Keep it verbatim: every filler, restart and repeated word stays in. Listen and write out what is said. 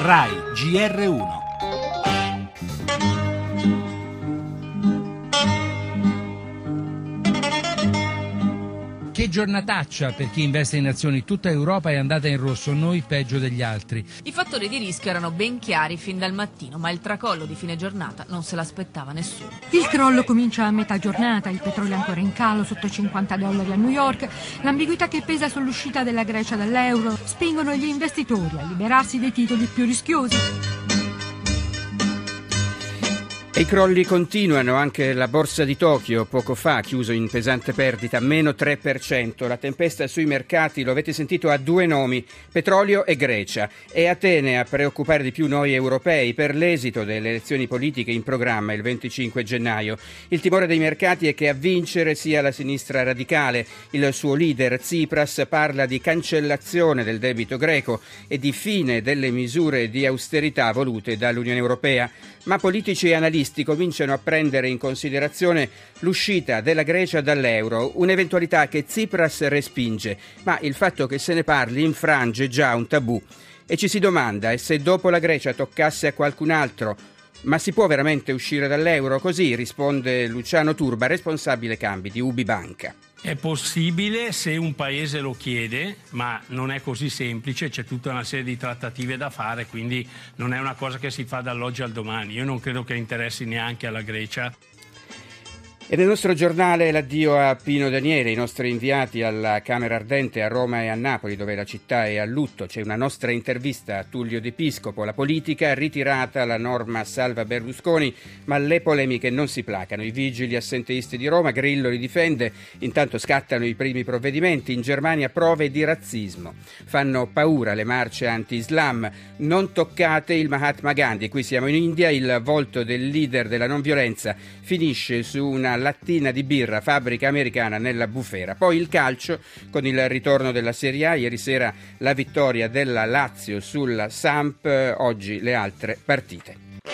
Rai G R uno. Che giornataccia per chi investe in azioni. Tutta Europa è andata in rosso, noi peggio degli altri. I fattori di rischio erano ben chiari fin dal mattino, ma il tracollo di fine giornata non se l'aspettava nessuno. Il crollo comincia a metà giornata, il petrolio è ancora in calo sotto i cinquanta dollari a New York, l'ambiguità che pesa sull'uscita della Grecia dall'euro spingono gli investitori a liberarsi dei titoli più rischiosi. E i crolli continuano, anche la borsa di Tokyo poco fa ha chiuso in pesante perdita, meno tre per cento. La tempesta sui mercati, lo avete sentito, ha due nomi, petrolio e Grecia. È Atene a preoccupare di più noi europei per l'esito delle elezioni politiche in programma il venticinque gennaio. Il timore dei mercati è che a vincere sia la sinistra radicale. Il suo leader Tsipras parla di cancellazione del debito greco e di fine delle misure di austerità volute dall'Unione Europea. Ma politici e analisti cominciano a prendere in considerazione l'uscita della Grecia dall'euro, un'eventualità che Tsipras respinge, ma il fatto che se ne parli infrange già un tabù. E ci si domanda, e se dopo la Grecia toccasse a qualcun altro, ma si può veramente uscire dall'euro? Così risponde Luciano Turba, responsabile cambi di U B I Banca. È possibile se un paese lo chiede, ma non è così semplice, c'è tutta una serie di trattative da fare, quindi non è una cosa che si fa dall'oggi al domani. Io non credo che interessi neanche alla Grecia. E nel nostro giornale l'addio a Pino Daniele, i nostri inviati alla Camera Ardente a Roma e a Napoli, dove la città è a lutto. C'è una nostra intervista a Tullio De Piscopo. La politica, ritirata la norma salva Berlusconi, ma le polemiche non si placano. I vigili assenteisti di Roma, Grillo li difende, intanto scattano i primi provvedimenti. In Germania prove di razzismo. Fanno paura le marce anti-Islam. Non toccate il Mahatma Gandhi. Qui siamo in India, il volto del leader della non violenza finisce su una lattina di birra fabbrica americana nella bufera. Poi il calcio con il ritorno della Serie A, ieri sera la vittoria della Lazio sulla Samp, oggi le altre partite.